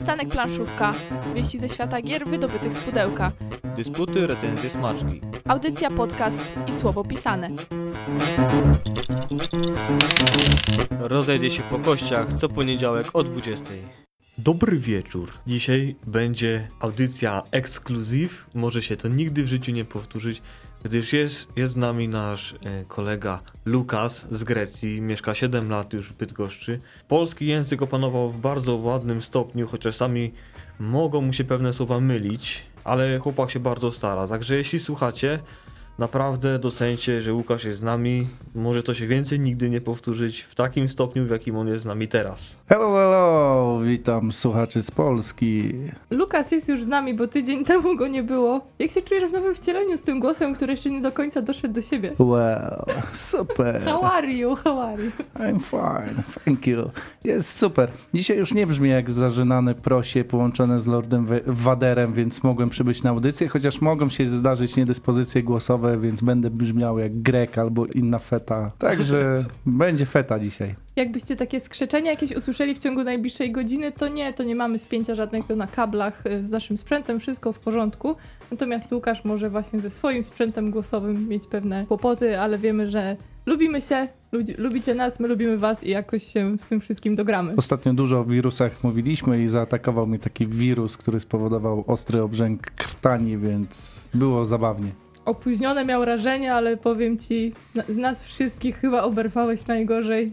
Przystanek Planszówka. Wieści ze świata gier wydobytych z pudełka. Dysputy, recenzje, smaczki. Audycja, podcast i słowo pisane. Rozejdzie się po kościach co poniedziałek o 20:00. Dobry wieczór. Dzisiaj będzie audycja ekskluzyw. Może się to nigdy w życiu nie powtórzyć, gdyż jest z nami nasz kolega Lukas z Grecji. Mieszka 7 lat już w Bydgoszczy. Polski język opanował w bardzo ładnym stopniu, chociaż czasami mogą mu się pewne słowa mylić, ale chłopak się bardzo stara. Także jeśli słuchacie, naprawdę doceńcie, że Łukasz jest z nami. Może to się więcej nigdy nie powtórzyć w takim stopniu, w jakim on jest z nami teraz. Hello, witam słuchaczy z Polski. Lukas jest już z nami, bo tydzień temu go nie było. Jak się czujesz w nowym wcieleniu z tym głosem, który jeszcze nie do końca doszedł do siebie? Well, super. How are you? I'm fine, thank you. Jest super. Dzisiaj już nie brzmi jak zażynane prosie połączone z Lordem Vaderem, więc mogłem przybyć na audycję, chociaż mogą się zdarzyć niedyspozycje głosowe, więc będę brzmiał jak Grek albo inna feta. Także będzie feta dzisiaj. Jakbyście takie skrzeczenia jakieś usłyszeli w ciągu najbliższej godziny, to nie mamy spięcia żadnego na kablach z naszym sprzętem, wszystko w porządku. Natomiast Łukasz może właśnie ze swoim sprzętem głosowym mieć pewne kłopoty, ale wiemy, że lubimy się, lubicie nas, my lubimy was i jakoś się w tym wszystkim dogramy. Ostatnio dużo o wirusach mówiliśmy i zaatakował mnie taki wirus, który spowodował ostry obrzęk krtani, więc było zabawnie. Opóźnione miał rażenie, ale powiem ci, z nas wszystkich chyba oberwałeś najgorzej.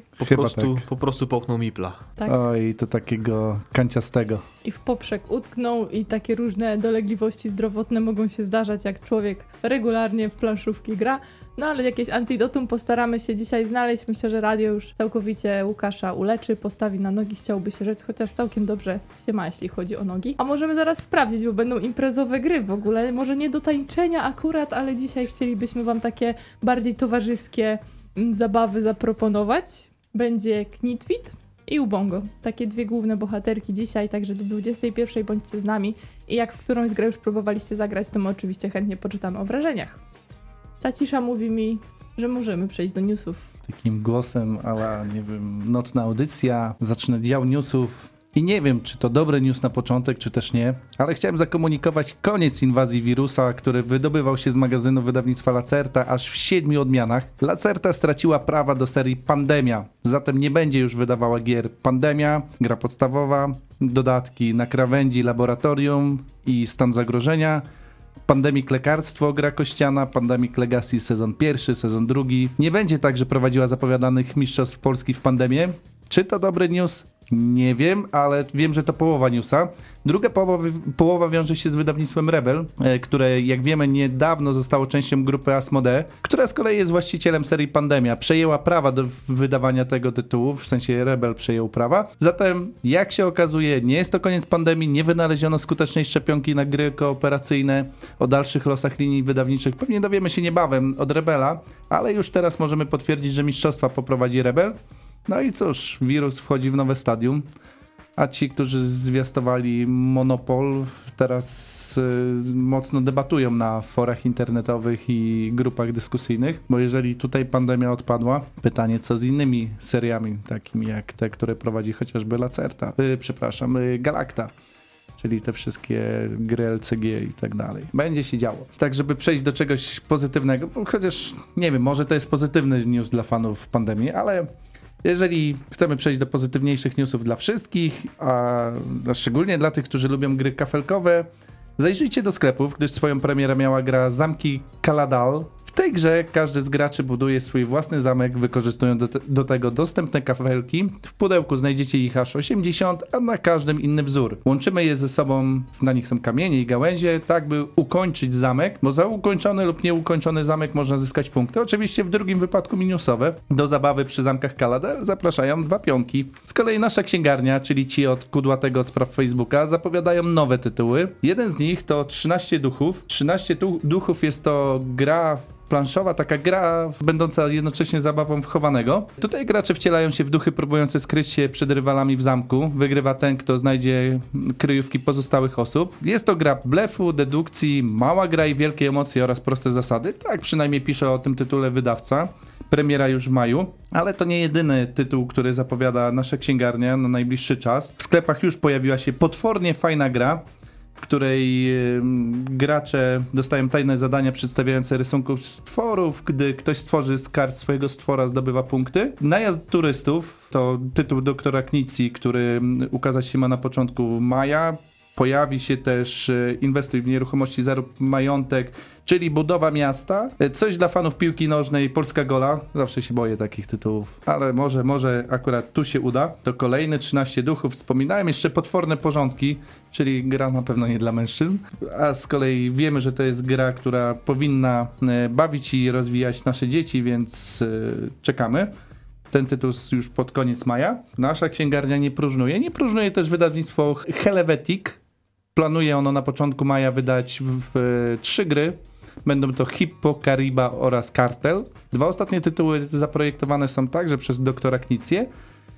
Po prostu połknął mipla. Tak? Oj, to takiego kanciastego. I w poprzek utknął i takie różne dolegliwości zdrowotne mogą się zdarzać, jak człowiek regularnie w planszówki gra. No ale jakieś antidotum postaramy się dzisiaj znaleźć. Myślę, że radio już całkowicie Łukasza uleczy, postawi na nogi, chciałby się rzec, chociaż całkiem dobrze się ma, jeśli chodzi o nogi. A możemy zaraz sprawdzić, bo będą imprezowe gry w ogóle. Może nie do tańczenia akurat, ale dzisiaj chcielibyśmy wam takie bardziej towarzyskie zabawy zaproponować. Będzie Knitwit i Ubongo. Takie dwie główne bohaterki dzisiaj, także do 21:00 bądźcie z nami. I jak w którąś grę już próbowaliście zagrać, to my oczywiście chętnie poczytamy o wrażeniach. Ta cisza mówi mi, że możemy przejść do newsów. Takim głosem, ale nie wiem, nocna audycja, zacznę dział newsów i nie wiem, czy to dobry news na początek, czy też nie, ale chciałem zakomunikować koniec inwazji wirusa, który wydobywał się z magazynu wydawnictwa Lacerta aż w 7 odmianach. Lacerta straciła prawa do serii Pandemia, zatem nie będzie już wydawała gier Pandemia, gra podstawowa, dodatki na krawędzi, laboratorium i stan zagrożenia, Pandemic Lekarstwo, gra kościana, Pandemic Legacy sezon 1, sezon 2. Nie będzie także prowadziła zapowiadanych mistrzostw Polski w pandemię. Czy to dobry news? Nie wiem, ale wiem, że to połowa newsa. Druga połowa wiąże się z wydawnictwem Rebel, które jak wiemy niedawno zostało częścią grupy Asmodee, która z kolei jest właścicielem serii Pandemia. Przejęła prawa do wydawania tego tytułu, w sensie Rebel przejął prawa. Zatem jak się okazuje, nie jest to koniec pandemii, nie wynaleziono skutecznej szczepionki na gry kooperacyjne. O dalszych losach linii wydawniczych pewnie dowiemy się niebawem od Rebela, ale już teraz możemy potwierdzić, że mistrzostwa poprowadzi Rebel. No i cóż, wirus wchodzi w nowe stadium, a ci, którzy zwiastowali monopol, teraz mocno debatują na forach internetowych i grupach dyskusyjnych, bo jeżeli tutaj pandemia odpadła, pytanie co z innymi seriami, takimi jak te, które prowadzi chociażby Lacerta, Galacta. Czyli te wszystkie gry LCG i tak dalej. Będzie się działo. Tak, żeby przejść do czegoś pozytywnego, chociaż nie wiem, może to jest pozytywny news dla fanów pandemii, ale jeżeli chcemy przejść do pozytywniejszych newsów dla wszystkich, a szczególnie dla tych, którzy lubią gry kafelkowe, zajrzyjcie do sklepów, gdyż swoją premierę miała gra Zamki Kaladal. W tej grze każdy z graczy buduje swój własny zamek, wykorzystując do tego dostępne kafelki. W pudełku znajdziecie ich aż 80, a na każdym inny wzór. Łączymy je ze sobą, na nich są kamienie i gałęzie, tak by ukończyć zamek, bo za ukończony lub nieukończony zamek można zyskać punkty. Oczywiście w drugim wypadku minusowe. Do zabawy przy Zamkach Kaladal zapraszają 2 pionki. Z kolei nasza księgarnia, czyli ci od kudłatego od spraw Facebooka, zapowiadają nowe tytuły. Jeden z nich to 13 duchów. 13 duchów jest to gra planszowa, taka gra będąca jednocześnie zabawą w chowanego. Tutaj gracze wcielają się w duchy próbujące skryć się przed rywalami w zamku. Wygrywa ten, kto znajdzie kryjówki pozostałych osób. Jest to gra blefu, dedukcji, mała gra i wielkie emocje oraz proste zasady. Tak przynajmniej pisze o tym tytule wydawca. premiera już w maju, ale to nie jedyny tytuł, który zapowiada nasza księgarnia na najbliższy czas. W sklepach już pojawiła się potwornie fajna gra, w której gracze dostają tajne zadania przedstawiające rysunków stworów. Gdy ktoś stworzy z kart swojego stwora, zdobywa punkty. Najazd turystów to tytuł doktora Knicji, który ukazać się ma na początku maja. Pojawi się też Inwestuj w nieruchomości, zarób majątek, czyli budowa miasta. Coś dla fanów piłki nożnej, Polska Gola. Zawsze się boję takich tytułów, ale może akurat tu się uda. To kolejny 13 duchów. Wspominałem jeszcze Potworne porządki, czyli gra na pewno nie dla mężczyzn. A z kolei wiemy, że to jest gra, która powinna bawić i rozwijać nasze dzieci, więc czekamy. Ten tytuł już pod koniec maja. Nasza księgarnia nie próżnuje. Nie próżnuje też wydawnictwo Helvetic. Planuje ono na początku maja wydać 3 gry. Będą to Hippo, Kariba oraz Kartel. 2 ostatnie tytuły zaprojektowane są także przez doktora Knicję.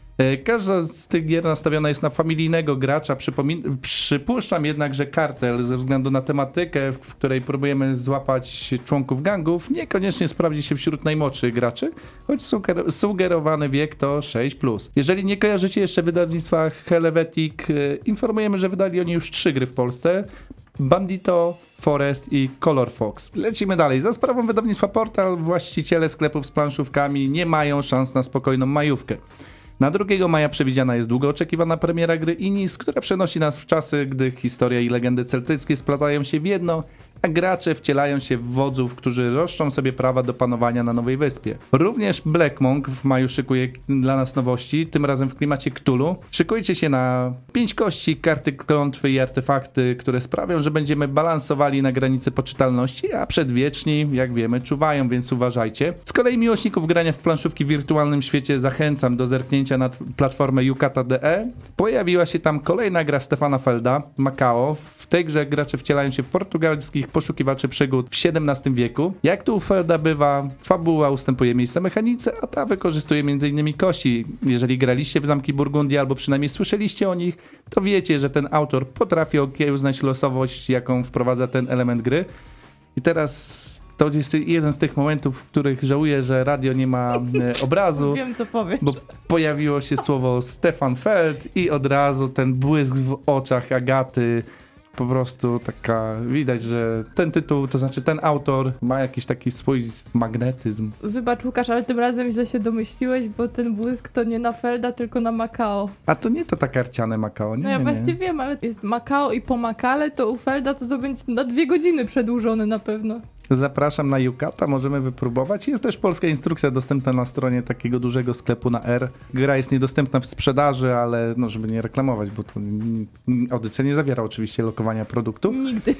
Każda z tych gier nastawiona jest na familijnego gracza. Przypuszczam jednak, że Kartel ze względu na tematykę, w której próbujemy złapać członków gangów, niekoniecznie sprawdzi się wśród najmłodszych graczy, choć sugerowany wiek to 6+. Jeżeli nie kojarzycie jeszcze wydawnictwa Helvetic, informujemy, że wydali oni już 3 gry w Polsce. Bandito, Forest i Color Fox. Lecimy dalej. Za sprawą wydawnictwa Portal właściciele sklepów z planszówkami nie mają szans na spokojną majówkę. Na 2 maja przewidziana jest długo oczekiwana premiera gry Inis, która przenosi nas w czasy, gdy historia i legendy celtyckie splatają się w jedno, a gracze wcielają się w wodzów, którzy roszczą sobie prawa do panowania na Nowej Wyspie. Również Black Monk w maju szykuje dla nas nowości, tym razem w klimacie Cthulhu. Szykujcie się na 5 kości, karty klątwy i artefakty, które sprawią, że będziemy balansowali na granicy poczytalności, a przedwieczni, jak wiemy, czuwają, więc uważajcie. Z kolei miłośników grania w planszówki w wirtualnym świecie zachęcam do zerknięcia na platformę Yucata.de. Pojawiła się tam kolejna gra Stefana Felda, Macao. W tej grze gracze wcielają się w portugalskich poszukiwaczy przygód w XVII wieku. Jak tu u Felda bywa, fabuła ustępuje miejsca mechanice, a ta wykorzystuje m.in. kości. Jeżeli graliście w Zamki Burgundii albo przynajmniej słyszeliście o nich, to wiecie, że ten autor potrafi okiełznać losowość, jaką wprowadza ten element gry. I teraz to jest jeden z tych momentów, w których żałuję, że radio nie ma obrazu. Wiem, co powiesz. Bo pojawiło się słowo Stefan Feld i od razu ten błysk w oczach Agaty. Po prostu taka, widać, że ten tytuł, to znaczy ten autor ma jakiś taki swój magnetyzm. Wybacz, Łukasz, ale tym razem źle się domyśliłeś, bo ten błysk to nie na Felda, tylko na Macao. A to nie to tak karciane Macao, nie? No ja nie, właśnie nie. wiem, ale jest Macao i po Macale, to u Felda to będzie na 2 godziny przedłużone na pewno. Zapraszam na Yucata, możemy wypróbować. Jest też polska instrukcja dostępna na stronie takiego dużego sklepu na R. Gra jest niedostępna w sprzedaży, ale no, żeby nie reklamować, bo to audycja nie zawiera oczywiście lokowania produktu. Nigdy.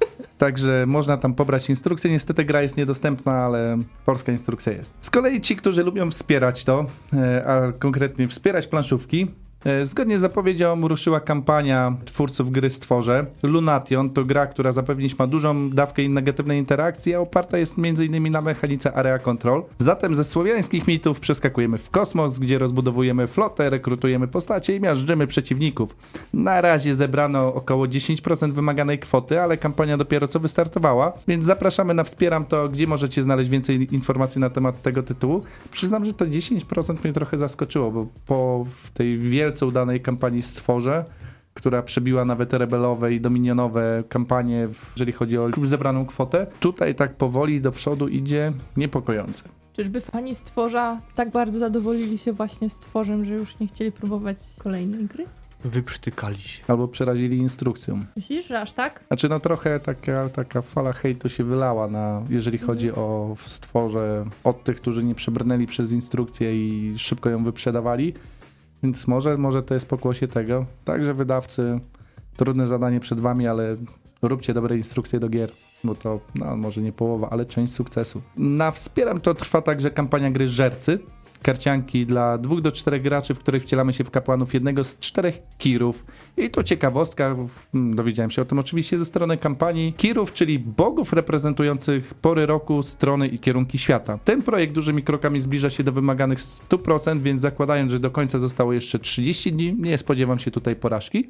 Także można tam pobrać instrukcję. Niestety gra jest niedostępna, ale polska instrukcja jest. Z kolei ci, którzy lubią wspierać to, a konkretnie wspierać planszówki, zgodnie z zapowiedzią ruszyła kampania twórców gry Stworze. Lunation to gra, która zapewnić ma dużą dawkę negatywnej interakcji, a oparta jest m.in. na mechanice Area Control. Zatem ze słowiańskich mitów przeskakujemy w kosmos, gdzie rozbudowujemy flotę, rekrutujemy postacie i miażdżymy przeciwników. Na razie zebrano około 10% wymaganej kwoty, ale kampania dopiero co wystartowała, więc zapraszamy na Wspieram to, gdzie możecie znaleźć więcej informacji na temat tego tytułu. Przyznam, że to 10% mnie trochę zaskoczyło, bo po tej wielce udanej kampanii Stworze, która przebiła nawet rebelowe i dominionowe kampanie, jeżeli chodzi o zebraną kwotę, tutaj tak powoli do przodu idzie niepokojące. Czyżby fani Stworza tak bardzo zadowolili się właśnie Stworzem, że już nie chcieli próbować kolejnej gry? Wyprztykali się. Albo przerazili instrukcją. Myślisz, że aż tak? Znaczy no trochę taka fala hejtu się wylała, jeżeli chodzi o Stworze od tych, którzy nie przebrnęli przez instrukcję i szybko ją wyprzedawali. Więc może to jest pokłosie tego. Także wydawcy, trudne zadanie przed wami, ale róbcie dobre instrukcje do gier, bo to może nie połowa, ale część sukcesu. Na Wspieram to trwa także kampania gry Żercy. Karcianki dla 2 do 4 graczy, w której wcielamy się w kapłanów jednego z 4 kirów. I to ciekawostka, dowiedziałem się o tym oczywiście ze strony kampanii. Kirów, czyli bogów reprezentujących pory roku, strony i kierunki świata. Ten projekt dużymi krokami zbliża się do wymaganych 100%, więc zakładając, że do końca zostało jeszcze 30 dni, nie spodziewam się tutaj porażki.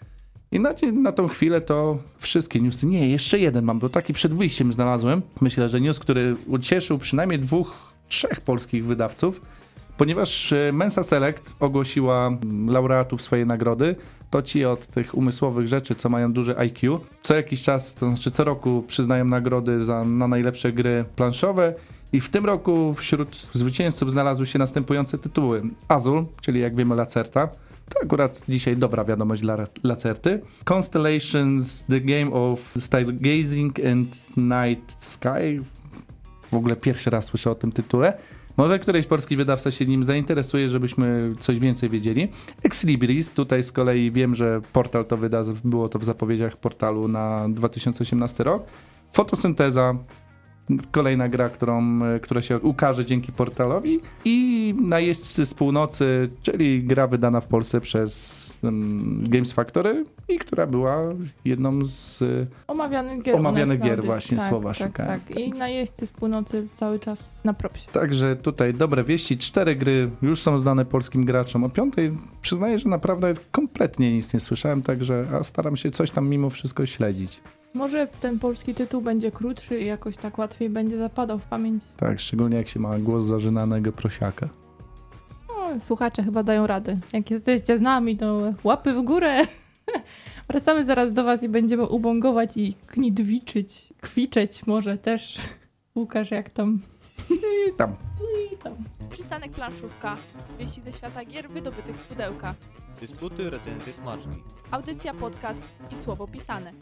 I na tą chwilę to wszystkie newsy. Nie, jeszcze jeden mam, bo taki przed wyjściem znalazłem. Myślę, że news, który ucieszył przynajmniej 2 3 polskich wydawców, ponieważ Mensa Select ogłosiła laureatów swojej nagrody. To ci od tych umysłowych rzeczy, co mają duże IQ. Co jakiś czas, to znaczy co roku przyznają nagrody na najlepsze gry planszowe. I w tym roku wśród zwycięzców znalazły się następujące tytuły. Azul, czyli jak wiemy Lacerta. To akurat dzisiaj dobra wiadomość dla Lacerty. Constellations, The Game of Stargazing and Night Sky. W ogóle pierwszy raz słyszę o tym tytule. Może któryś polski wydawca się nim zainteresuje, żebyśmy coś więcej wiedzieli. Ex Libris, tutaj z kolei wiem, że portal to wyda, było to w zapowiedziach portalu na 2018 rok. Fotosynteza, kolejna gra, która się ukaże dzięki portalowi. I Najeźdźcy z północy, czyli gra wydana w Polsce przez Games Factory i która była jedną z omawianych gier właśnie, słowa szukałem. Tak. I Najeźdźcy z północy cały czas na propsie. Także tutaj dobre wieści, 4 gry już są znane polskim graczom. O 5 przyznaję, że naprawdę kompletnie nic nie słyszałem, także staram się coś tam mimo wszystko śledzić. Może ten polski tytuł będzie krótszy i jakoś tak łatwiej będzie zapadał w pamięć. Tak, szczególnie jak się ma głos zażynanego prosiaka. No, słuchacze chyba dają radę. Jak jesteście z nami, to łapy w górę. Wracamy zaraz do was i będziemy ubągować i knidwiczyć, kwiczeć może też. Łukasz, jak tam? I tam. Przystanek planszówka. Wieści ze świata gier wydobytych z pudełka. Dysputy, recenzje, smaczki. Audycja, podcast i słowo pisane.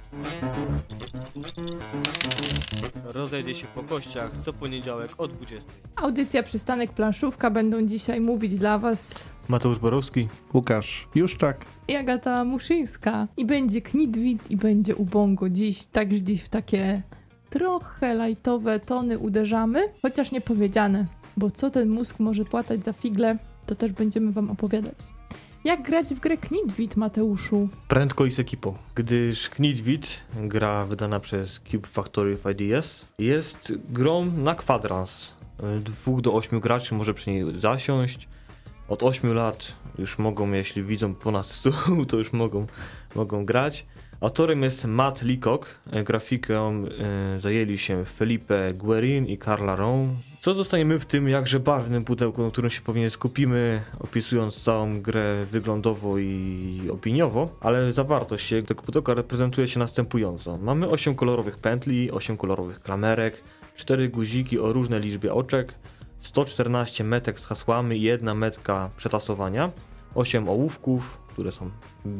Rozejdzie się po kościach co poniedziałek o 20. Audycja Przystanek planszówka. Będą dzisiaj mówić dla was Mateusz Borowski. Łukasz Juszczak. i Agata Muszyńska. I będzie knidwit i będzie ubongo. Dziś w takie trochę lajtowe tony uderzamy, chociaż nie powiedziane, bo co ten mózg może płatać za figle, to też będziemy wam opowiadać. Jak grać w grę Knidwit, Mateuszu? Prędko i z ekipą, gdyż Knidwit, gra wydana przez Cube Factory of Ideas, jest grą na kwadrans. 2 do 8 graczy może przy niej zasiąść. Od 8 lat już mogą, jeśli widzą ponad stół, to już mogą grać. Autorem jest Matt Leacock, grafiką zajęli się Felipe Guerin i Carla Rowe. Co dostaniemy w tym jakże barwnym pudełku, na którym się pewnie skupimy, opisując całą grę wyglądowo i opiniowo, ale zawartość tego pudełka reprezentuje się następująco. Mamy 8 kolorowych pętli, 8 kolorowych klamerek, 4 guziki o różnej liczbie oczek, 114 metek z hasłami i 1 metka przetasowania, 8 ołówków, które są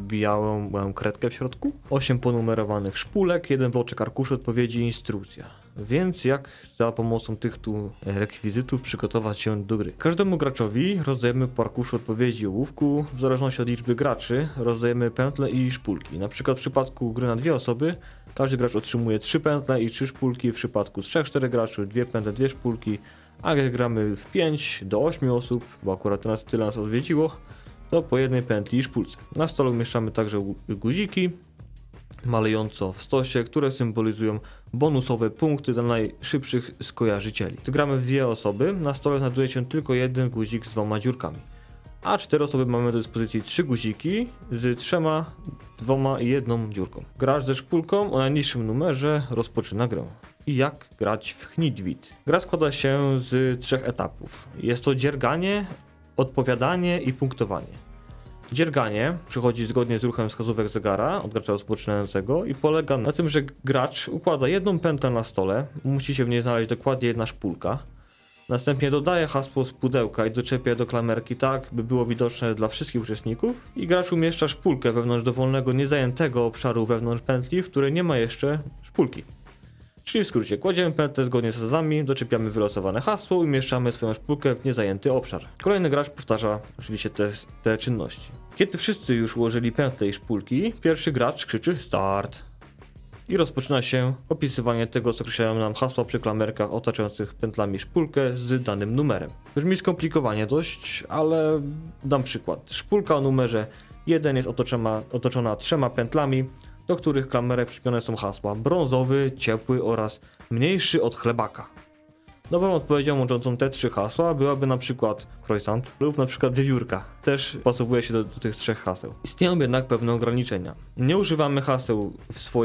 mają kredkę w środku, 8 ponumerowanych szpulek, 1 bloczek arkuszy odpowiedzi i instrukcja. Więc jak za pomocą tych tu rekwizytów przygotować się do gry? Każdemu graczowi rozdajemy po arkuszu odpowiedzi ołówku, w zależności od liczby graczy rozdajemy pętle i szpulki. Na przykład w przypadku gry na 2 osoby każdy gracz otrzymuje 3 pętle i 3 szpulki, w przypadku 3-4 graczy 2 pętle, 2 szpulki, a jak gramy w 5 do 8 osób, bo akurat tyle nas odwiedziło, to po 1 pętli i szpulce. Na stole umieszczamy także guziki malejąco w stosie, które symbolizują bonusowe punkty dla najszybszych skojarzycieli. Gdy gramy w 2 osoby, na stole znajduje się tylko 1 guzik z 2 dziurkami. A 4 osoby mamy do dyspozycji 3 guziki z 3, 2 i 1 dziurką. Gracz ze szpulką o najniższym numerze rozpoczyna grę. I jak grać w Knidwit? Gra składa się z 3 etapów. Jest to dzierganie, odpowiadanie i punktowanie. Dzierganie przychodzi zgodnie z ruchem wskazówek zegara od gracza rozpoczynającego i polega na tym, że gracz układa 1 pętlę na stole, musi się w niej znaleźć dokładnie 1 szpulka. Następnie dodaje hasło z pudełka i doczepia do klamerki tak, by było widoczne dla wszystkich uczestników i gracz umieszcza szpulkę wewnątrz dowolnego, niezajętego obszaru wewnątrz pętli, w której nie ma jeszcze szpulki. Czyli w skrócie, kładziemy pętlę zgodnie z zasadami, doczepiamy wylosowane hasło i umieszczamy swoją szpulkę w niezajęty obszar. Kolejny gracz powtarza oczywiście te czynności. Kiedy wszyscy już ułożyli pętle i szpulki, pierwszy gracz krzyczy start. I rozpoczyna się opisywanie tego, co określają nam hasła przy klamerkach otaczających pętlami szpulkę z danym numerem. Brzmi skomplikowanie dość, ale dam przykład. Szpulka o numerze 1 jest otoczona 3 pętlami, do których klamerek przypione są hasła brązowy, ciepły oraz mniejszy od chlebaka. Dobrą odpowiedzią łączącą te 3 hasła byłaby na przykład croissant lub na przykład wiewiórka. Też pasowuje się do tych 3 haseł. Istnieją jednak pewne ograniczenia. Nie używamy haseł w swoich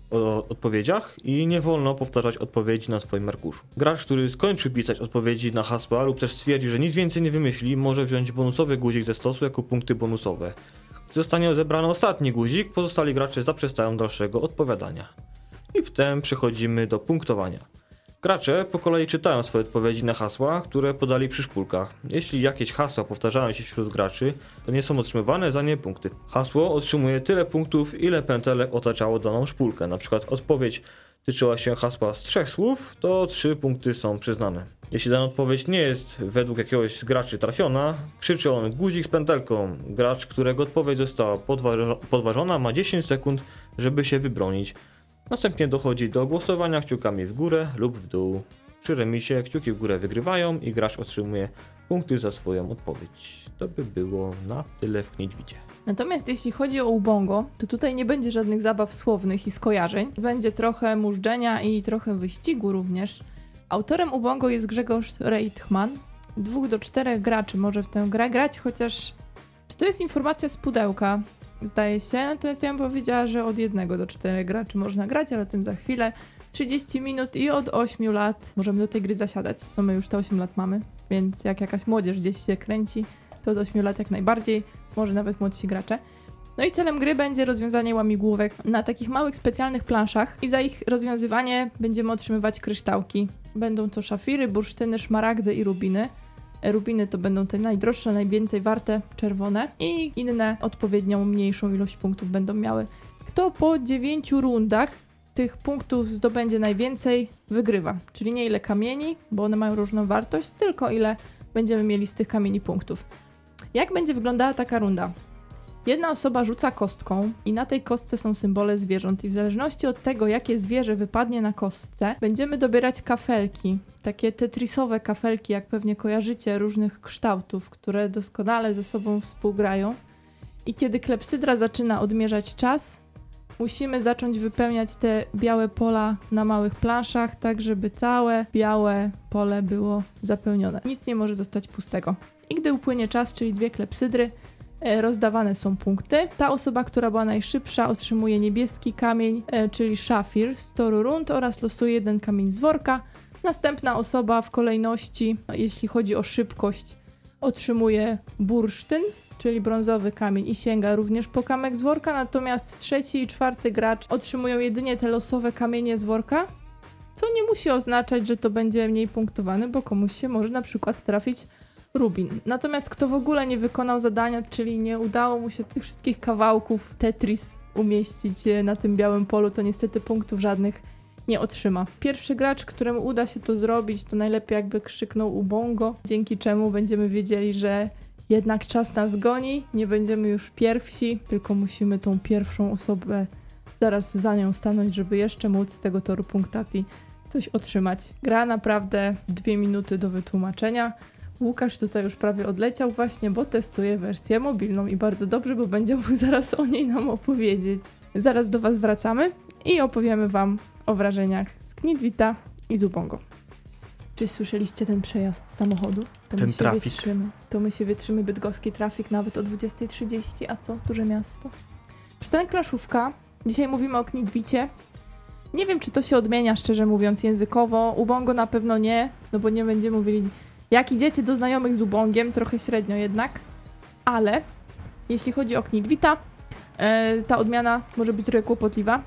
o odpowiedziach i nie wolno powtarzać odpowiedzi na swoim arkuszu. Gracz, który skończy pisać odpowiedzi na hasła lub też stwierdzi, że nic więcej nie wymyśli, może wziąć bonusowy guzik ze stosu jako punkty bonusowe. Gdy zostanie zebrany ostatni guzik, pozostali gracze zaprzestają dalszego odpowiadania. I wtem przechodzimy do punktowania. Gracze po kolei czytają swoje odpowiedzi na hasła, które podali przy szpulkach. Jeśli jakieś hasła powtarzają się wśród graczy, to nie są otrzymywane za nie punkty. Hasło otrzymuje tyle punktów, ile pętelek otaczało daną szpulkę. Na przykład odpowiedź tyczyła się hasła z 3 słów, to 3 punkty są przyznane. Jeśli dana odpowiedź nie jest według jakiegoś z graczy trafiona, krzyczy on guzik z pętelką. Gracz, którego odpowiedź została podważona, ma 10 sekund, żeby się wybronić. Następnie dochodzi do głosowania kciukami w górę lub w dół. Przy remisie kciuki w górę wygrywają i gracz otrzymuje punkty za swoją odpowiedź. To by było na tyle w Niedźwidzie. Natomiast jeśli chodzi o Ubongo, to tutaj nie będzie żadnych zabaw słownych i skojarzeń. Będzie trochę mużdżenia i trochę wyścigu również. Autorem Ubongo jest Grzegorz Reitman. 2 do 4 graczy może w tę grę grać, chociaż czy to jest informacja z pudełka? Zdaje się, natomiast ja bym powiedziała, że od 1 do 4 graczy można grać, ale o tym za chwilę. 30 minut i od 8 lat możemy do tej gry zasiadać. No my już te 8 lat mamy, więc jak jakaś młodzież gdzieś się kręci, to od 8 lat jak najbardziej, może nawet młodsi gracze. No i celem gry będzie rozwiązanie łamigłówek na takich małych, specjalnych planszach i za ich rozwiązywanie będziemy otrzymywać kryształki. Będą to szafiry, bursztyny, szmaragdy i rubiny. Rubiny to będą te najdroższe, najwięcej warte, czerwone i inne odpowiednią mniejszą ilość punktów będą miały. Kto po 9 rundach tych punktów zdobędzie najwięcej, wygrywa. Czyli nie ile kamieni, bo one mają różną wartość, tylko ile będziemy mieli z tych kamieni punktów. Jak będzie wyglądała taka runda? Jedna osoba rzuca kostką i na tej kostce są symbole zwierząt i w zależności od tego, jakie zwierzę wypadnie na kostce, będziemy dobierać kafelki. Takie tetrisowe kafelki, jak pewnie kojarzycie, różnych kształtów, które doskonale ze sobą współgrają. I kiedy klepsydra zaczyna odmierzać czas, musimy zacząć wypełniać te białe pola na małych planszach, tak żeby całe białe pole było zapełnione. Nic nie może zostać pustego. I gdy upłynie czas, czyli 2 klepsydry, rozdawane są punkty. Ta osoba, która była najszybsza, otrzymuje niebieski kamień, czyli szafir z toru rund oraz losuje 1 kamień z worka. Następna osoba w kolejności, jeśli chodzi o szybkość, otrzymuje bursztyn, czyli brązowy kamień i sięga również po kamyk z worka, natomiast 3. i 4. gracz otrzymują jedynie te losowe kamienie z worka, co nie musi oznaczać, że to będzie mniej punktowane, bo komuś się może na przykład trafić rubin. Natomiast kto w ogóle nie wykonał zadania, czyli nie udało mu się tych wszystkich kawałków Tetris umieścić na tym białym polu, to niestety punktów żadnych nie otrzyma. Pierwszy gracz, któremu uda się to zrobić, to najlepiej jakby krzyknął Ubongo, dzięki czemu będziemy wiedzieli, że jednak czas nas goni, nie będziemy już pierwsi, tylko musimy tą pierwszą osobę zaraz za nią stanąć, żeby jeszcze móc z tego toru punktacji coś otrzymać. Gra naprawdę 2 minuty do wytłumaczenia. Łukasz tutaj już prawie odleciał właśnie, bo testuje wersję mobilną i bardzo dobrze, bo będzie mógł zaraz o niej nam opowiedzieć. Zaraz do Was wracamy i opowiemy Wam o wrażeniach z Knitwita i z Ubongo. Czy słyszeliście ten przejazd samochodu? Ten trafik. To my się wietrzymy, bydgoski trafik nawet o 20:30, a co? Duże miasto. Przystanek planszówka. Dzisiaj mówimy o Knitwicie. Nie wiem, czy to się odmienia, szczerze mówiąc, językowo. Ubongo na pewno nie, no bo nie będziemy mówili, jak idziecie do znajomych z Ubongiem, trochę średnio jednak. Ale jeśli chodzi o Knitwita, ta odmiana może być trochę kłopotliwa.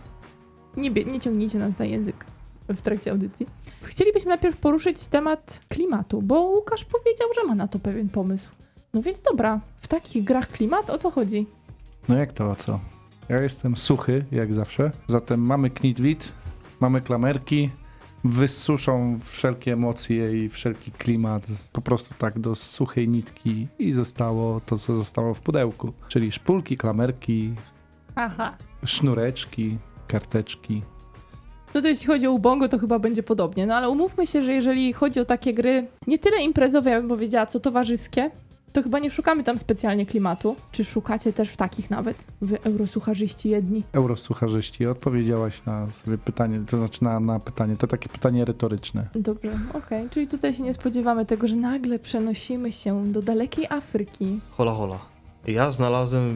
Nie ciągnijcie nas za język w trakcie audycji. Chcielibyśmy najpierw poruszyć temat klimatu, bo Łukasz powiedział, że ma na to pewien pomysł. No więc dobra, w takich grach klimat, o co chodzi? No jak to o co? Ja jestem suchy, jak zawsze. Zatem mamy Knitwit, mamy klamerki, wysuszą wszelkie emocje i wszelki klimat po prostu tak do suchej nitki i zostało to, co zostało w pudełku. Czyli szpulki, klamerki, Aha. sznureczki, karteczki. No to jeśli chodzi o Ubongo, to chyba będzie podobnie. No ale umówmy się, że jeżeli chodzi o takie gry nie tyle imprezowe, ja bym powiedziała, co towarzyskie, to chyba nie szukamy tam specjalnie klimatu. Czy szukacie też w takich nawet? Wy eurosucharzyści jedni. Eurosucharzyści, odpowiedziałaś na sobie pytanie, to znaczy na pytanie, to takie pytanie retoryczne. Dobrze, okej. Czyli tutaj się nie spodziewamy tego, że nagle przenosimy się do dalekiej Afryki. Hola, hola. Ja znalazłem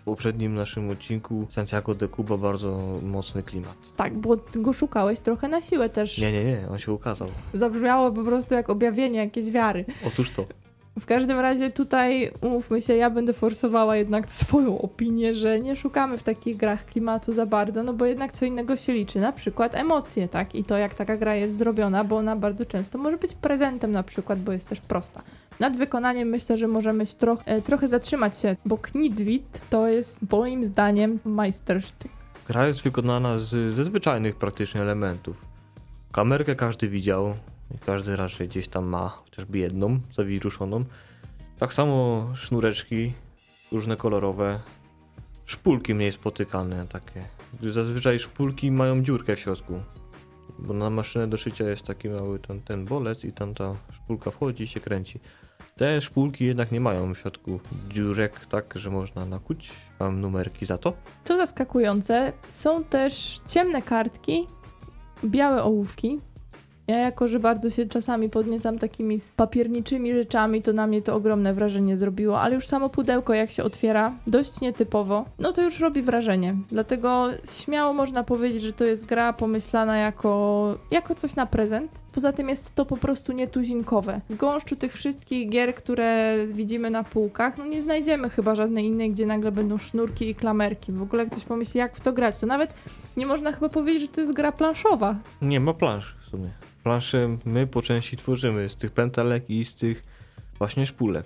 w poprzednim naszym odcinku Santiago de Cuba bardzo mocny klimat. Tak, bo go szukałeś trochę na siłę też. Nie, on się ukazał. Zabrzmiało po prostu jak objawienie jakiejś wiary. Otóż to. W każdym razie tutaj, umówmy się, ja będę forsowała jednak swoją opinię, że nie szukamy w takich grach klimatu za bardzo, no bo jednak co innego się liczy, na przykład emocje, tak? I to jak taka gra jest zrobiona, bo ona bardzo często może być prezentem na przykład, bo jest też prosta. Nad wykonaniem myślę, że możemy się trochę zatrzymać się, bo Knitwit to jest moim zdaniem majstersztyk. Gra jest wykonana ze zwyczajnych praktycznie elementów. Kamerkę każdy widział. I każdy raczej gdzieś tam ma chociażby jedną zawiruszoną. Tak samo sznureczki różne kolorowe. Szpulki mniej spotykane takie. Zazwyczaj szpulki mają dziurkę w środku. Bo na maszynę do szycia jest taki mały ten bolec i tam ta szpulka wchodzi i się kręci. Te szpulki jednak nie mają w środku dziurek, tak, że można nakuć. Mam numerki za to. Co zaskakujące, są też ciemne kartki, białe ołówki. Ja jako, że bardzo się czasami podniecam takimi papierniczymi rzeczami, to na mnie to ogromne wrażenie zrobiło, ale już samo pudełko jak się otwiera, dość nietypowo, no to już robi wrażenie. Dlatego śmiało można powiedzieć, że to jest gra pomyślana jako coś na prezent. Poza tym jest to po prostu nietuzinkowe. W gąszczu tych wszystkich gier, które widzimy na półkach, no nie znajdziemy chyba żadnej innej, gdzie nagle będą sznurki i klamerki. W ogóle jak ktoś pomyśli, jak w to grać, to nawet nie można chyba powiedzieć, że to jest gra planszowa. Nie ma plansz w sumie. Plansze my po części tworzymy z tych pętelek i z tych właśnie szpulek.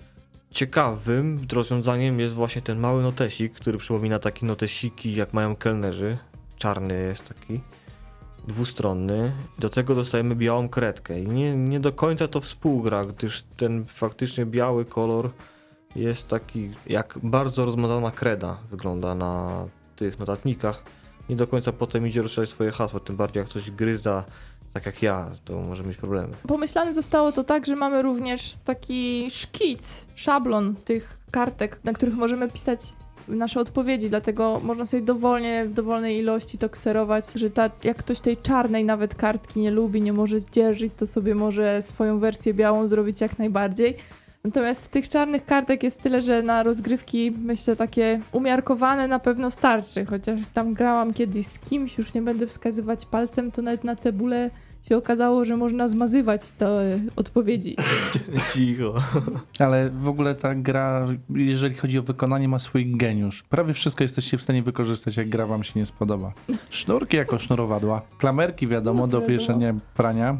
Ciekawym rozwiązaniem jest właśnie ten mały notesik, który przypomina takie notesiki jak mają kelnerzy. Czarny jest taki, dwustronny. Do tego dostajemy białą kredkę i nie do końca to współgra, gdyż ten faktycznie biały kolor jest taki jak bardzo rozmazana kreda wygląda na tych notatnikach. Nie do końca potem idzie rozszerzać swoje hasło, tym bardziej jak coś gryzda tak jak ja, to może mieć problemy. Pomyślane zostało to tak, że mamy również taki szkic, szablon tych kartek, na których możemy pisać nasze odpowiedzi, dlatego można sobie w dowolnej ilości to kserować, że jak ktoś tej czarnej nawet kartki nie lubi, nie może zdzierżyć, to sobie może swoją wersję białą zrobić jak najbardziej. Natomiast tych czarnych kartek jest tyle, że na rozgrywki, myślę, takie umiarkowane na pewno starczy, chociaż tam grałam kiedyś z kimś, już nie będę wskazywać palcem, to nawet na cebulę się okazało, że można zmazywać te odpowiedzi. Cicho. Ale w ogóle ta gra, jeżeli chodzi o wykonanie, ma swój geniusz. Prawie wszystko jesteście w stanie wykorzystać, jak gra wam się nie spodoba. Sznurki jako sznurowadła, klamerki wiadomo, do wieszania prania.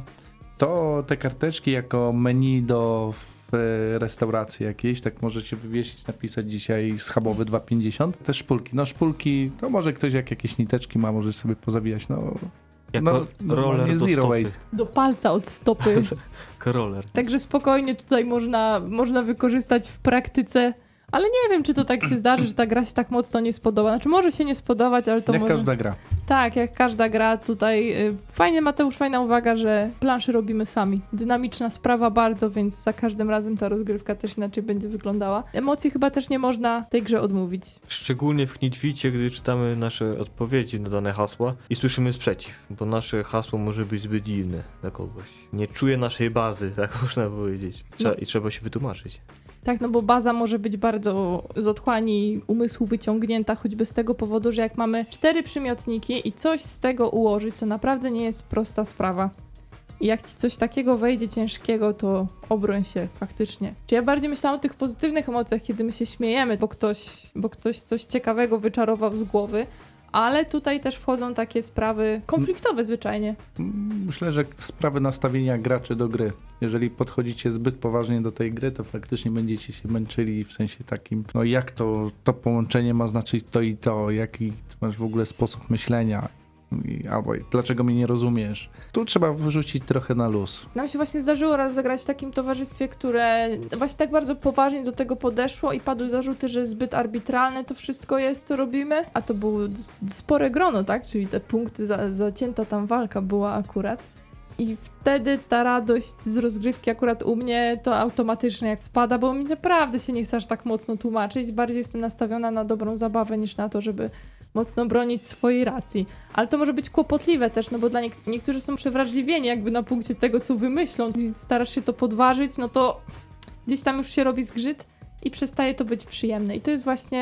To te karteczki jako menu do restauracji jakiejś, tak możecie wywiesić, napisać dzisiaj schabowy 2,50. Te szpulki, no szpulki, to może ktoś jak jakieś niteczki ma, może sobie pozawijać, no Jako roller do zero stopy. waste. Do palca od stopy. Roller. Także spokojnie tutaj można wykorzystać w praktyce, ale nie wiem, czy to tak się zdarzy, że ta gra się tak mocno nie spodoba. Znaczy może się nie spodobać, ale to Jak może... każda gra. Tak, jak każda gra tutaj. Fajnie, Mateusz, fajna uwaga, że plansze robimy sami. Dynamiczna sprawa bardzo, więc za każdym razem ta rozgrywka też inaczej będzie wyglądała. Emocji chyba też nie można tej grze odmówić. Szczególnie w Knitwicie, gdy czytamy nasze odpowiedzi na dane hasła i słyszymy sprzeciw, bo nasze hasło może być zbyt dziwne dla kogoś. Nie czuje naszej bazy, tak można powiedzieć. I trzeba się wytłumaczyć. Tak, no bo baza może być bardzo z otchłani umysłu wyciągnięta, choćby z tego powodu, że jak mamy 4 przymiotniki i coś z tego ułożyć, to naprawdę nie jest prosta sprawa. I jak ci coś takiego wejdzie ciężkiego, to obroń się faktycznie. Czy ja bardziej myślałam o tych pozytywnych emocjach, kiedy my się śmiejemy, bo ktoś coś ciekawego wyczarował z głowy, ale tutaj też wchodzą takie sprawy konfliktowe zwyczajnie. Myślę, że sprawy nastawienia graczy do gry. Jeżeli podchodzicie zbyt poważnie do tej gry, to faktycznie będziecie się męczyli w sensie takim, no jak to połączenie ma znaczyć to i to, jaki masz w ogóle sposób myślenia. Albo dlaczego mnie nie rozumiesz. Tu trzeba wyrzucić trochę na luz. Nam się właśnie zdarzyło raz zagrać w takim towarzystwie, które właśnie tak bardzo poważnie do tego podeszło i padły zarzuty, że zbyt arbitralne to wszystko jest, co robimy. A to było spore grono, tak? Czyli te punkty, zacięta tam walka była akurat. I wtedy ta radość z rozgrywki akurat u mnie to automatycznie jak spada, bo mi naprawdę się nie chce aż tak mocno tłumaczyć. Bardziej jestem nastawiona na dobrą zabawę niż na to, żeby mocno bronić swojej racji. Ale to może być kłopotliwe też, no bo dla niektórzy są przewrażliwieni jakby na punkcie tego, co wymyślą. I starasz się to podważyć, no to gdzieś tam już się robi zgrzyt i przestaje to być przyjemne. I to jest właśnie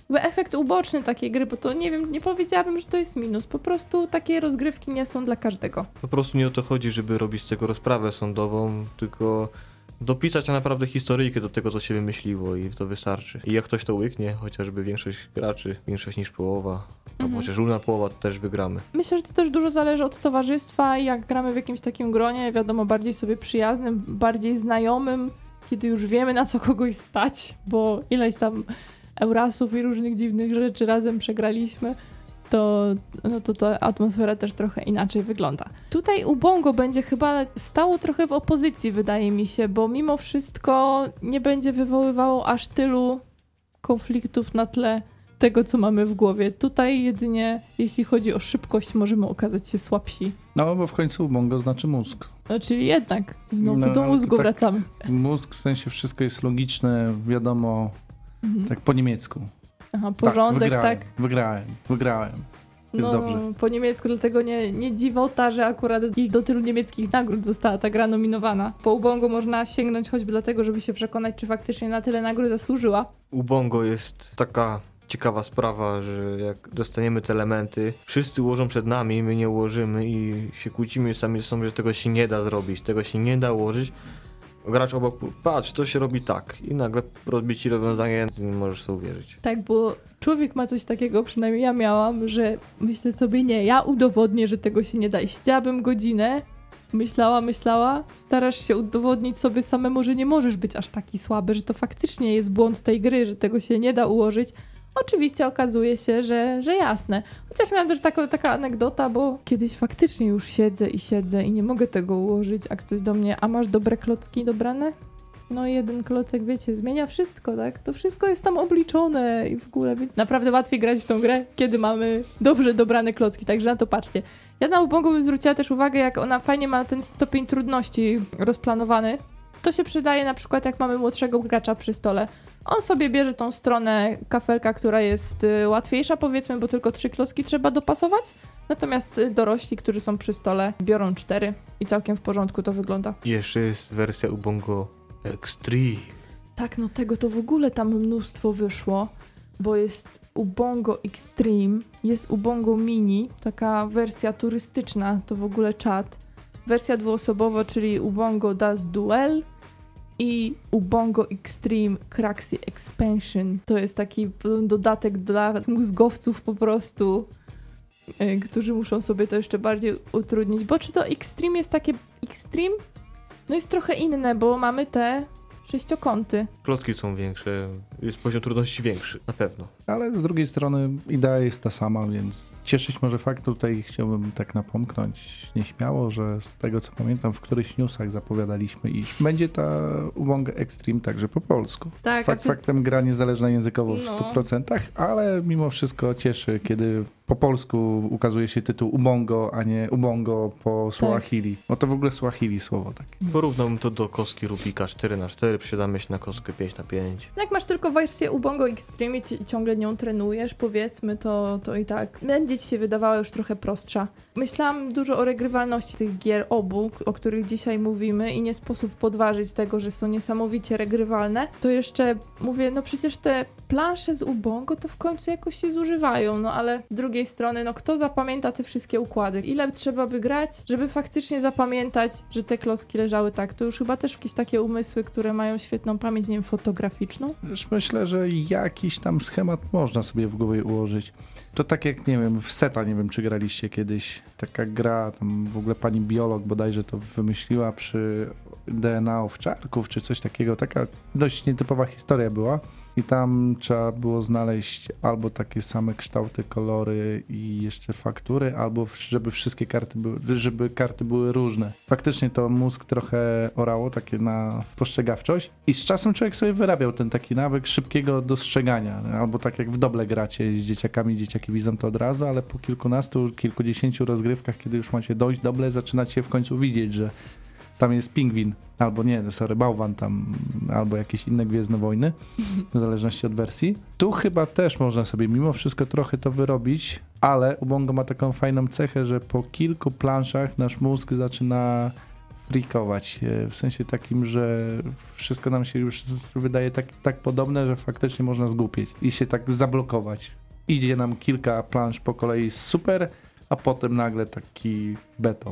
jakby efekt uboczny takiej gry, bo to nie wiem, nie powiedziałabym, że to jest minus. Po prostu takie rozgrywki nie są dla każdego. Po prostu nie o to chodzi, żeby robić z tego rozprawę sądową, tylko dopisać tak naprawdę historyjkę do tego, co się wymyśliło i to wystarczy. I jak ktoś to łyknie, chociażby większość graczy, większość niż połowa, albo chociaż równa połowa, to też wygramy. Myślę, że to też dużo zależy od towarzystwa i jak gramy w jakimś takim gronie, wiadomo, bardziej sobie przyjaznym, bardziej znajomym, kiedy już wiemy, na co kogoś stać, bo ileś tam Eurasów i różnych dziwnych rzeczy razem przegraliśmy, to ta atmosfera też trochę inaczej wygląda. Tutaj Ubongo będzie chyba stało trochę w opozycji, wydaje mi się, bo mimo wszystko nie będzie wywoływało aż tylu konfliktów na tle tego, co mamy w głowie. Tutaj jedynie, jeśli chodzi o szybkość, możemy okazać się słabsi. No, bo w końcu Ubongo znaczy mózg. No, czyli jednak znowu No, do ale mózgu to tak- wracamy. Mózg, w sensie wszystko jest logiczne, wiadomo, tak po niemiecku. Aha, porządek, tak. Wygrałem. Jest dobrze. Po niemiecku, dlatego nie dziwota, że akurat do tylu niemieckich nagród została ta gra nominowana. Po Ubongo można sięgnąć choćby dlatego, żeby się przekonać, czy faktycznie na tyle nagród zasłużyła. Ubongo jest taka ciekawa sprawa, że jak dostaniemy te elementy, wszyscy ułożą przed nami, my nie ułożymy i się kłócimy sami ze sobą, że tego się nie da zrobić, tego się nie da ułożyć. Gracz obok, patrz, to się robi tak i nagle rozbi ci rozwiązanie, ty nie możesz sobie uwierzyć. Tak, bo człowiek ma coś takiego, przynajmniej ja miałam, że myślę sobie, nie, ja udowodnię, że tego się nie da. I siedziałabym godzinę, myślała, starasz się udowodnić sobie samemu, że nie możesz być aż taki słaby, że to faktycznie jest błąd tej gry, że tego się nie da ułożyć. Oczywiście okazuje się, że jasne. Chociaż miałam też taka anegdota, bo kiedyś faktycznie już siedzę i nie mogę tego ułożyć, a ktoś do mnie, a masz dobre klocki dobrane? No jeden klocek, wiecie, zmienia wszystko, tak? To wszystko jest tam obliczone i w ogóle, więc naprawdę łatwiej grać w tą grę, kiedy mamy dobrze dobrane klocki, także na to patrzcie. Ja na Ubongo bym zwróciła też uwagę, jak ona fajnie ma ten stopień trudności rozplanowany. To się przydaje na przykład, jak mamy młodszego gracza przy stole. On sobie bierze tą stronę kafelka, która jest łatwiejsza, powiedzmy, bo tylko 3 klocki trzeba dopasować. Natomiast dorośli, którzy są przy stole, biorą 4 i całkiem w porządku to wygląda. I jeszcze jest wersja Ubongo Extreme. Tak, no tego to w ogóle tam mnóstwo wyszło, bo jest Ubongo Extreme, jest Ubongo Mini, taka wersja turystyczna, to w ogóle czat. Wersja dwuosobowa, czyli Ubongo Does Duel i Ubongo Extreme Craxi Expansion. To jest taki dodatek dla mózgowców po prostu, którzy muszą sobie to jeszcze bardziej utrudnić. Bo czy to Extreme jest takie Extreme? No jest trochę inne, bo mamy te 6-kąty. Klocki są większe, jest poziom trudności większy, na pewno. Ale z drugiej strony idea jest ta sama, więc cieszyć może fakt, tutaj chciałbym tak napomknąć nieśmiało, że z tego co pamiętam w którychś newsach zapowiadaliśmy, iż będzie ta Ubongo Extreme także po polsku. Tak, Faktem gra niezależna językowo w No. 100%, ale mimo wszystko cieszy, kiedy po polsku ukazuje się tytuł Ubongo, a nie Ubongo po Swahili. No to w ogóle Swahili słowo takie. Porównałbym to do kostki Rubika 4x4, przydamy się na kostkę 5x5. Jak masz tylko wersję Ubongo Extreme i ciągle nią trenujesz, powiedzmy, to i tak będzie ci się wydawała już trochę prostsza. Myślałam dużo o regrywalności tych gier obu, o których dzisiaj mówimy i nie sposób podważyć tego, że są niesamowicie regrywalne. To jeszcze mówię, no przecież te plansze z Ubongo to w końcu jakoś się zużywają, no ale z drugiej strony, no kto zapamięta te wszystkie układy? Ile trzeba by grać, żeby faktycznie zapamiętać, że te klocki leżały tak? To już chyba też jakieś takie umysły, które mają świetną pamięć, nie wiem, fotograficzną. Już myślę, że jakiś tam schemat można sobie w głowie ułożyć. To tak jak, nie wiem, w Seta, nie wiem czy graliście kiedyś, taka gra, tam w ogóle pani biolog bodajże to wymyśliła przy DNA owczarków, czy coś takiego, taka dość nietypowa historia była. I tam trzeba było znaleźć albo takie same kształty, kolory i jeszcze faktury, albo żeby wszystkie karty żeby karty były różne. Faktycznie to mózg trochę orało, takie na spostrzegawczość. I z czasem człowiek sobie wyrabiał ten taki nawyk szybkiego dostrzegania. Albo tak jak w doble gracie z dzieciakami, dzieciaki widzą to od razu, ale po kilkunastu, kilkudziesięciu rozgrywkach, kiedy już macie dojść doble, zaczynacie w końcu widzieć, że tam jest pingwin, albo nie, bałwan tam, albo jakieś inne Gwiezdne Wojny, w zależności od wersji. Tu chyba też można sobie mimo wszystko trochę to wyrobić, ale Ubongo ma taką fajną cechę, że po kilku planszach nasz mózg zaczyna frikować. W sensie takim, że wszystko nam się już wydaje tak podobne, że faktycznie można zgłupieć i się tak zablokować. Idzie nam kilka plansz po kolei super, a potem nagle taki beton.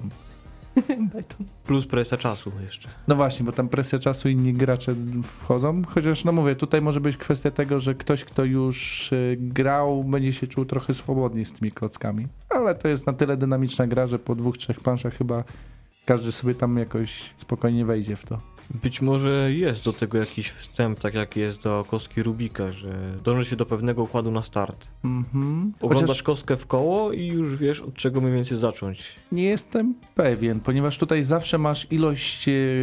Beton. Plus presja czasu jeszcze. No właśnie, bo tam presja czasu, inni gracze wchodzą, chociaż no mówię, tutaj może być kwestia tego, że ktoś, kto już grał, będzie się czuł trochę swobodniej z tymi klockami, ale to jest na tyle dynamiczna gra, że po 2-3 planszach chyba każdy sobie tam jakoś spokojnie wejdzie w to. Być może jest do tego jakiś wstęp, tak jak jest do kostki Rubika, że dąży się do pewnego układu na start. Mhm. Oglądasz Chociaż kostkę w koło i już wiesz, od czego mniej więcej zacząć. nie jestem pewien, ponieważ tutaj zawsze masz ilość,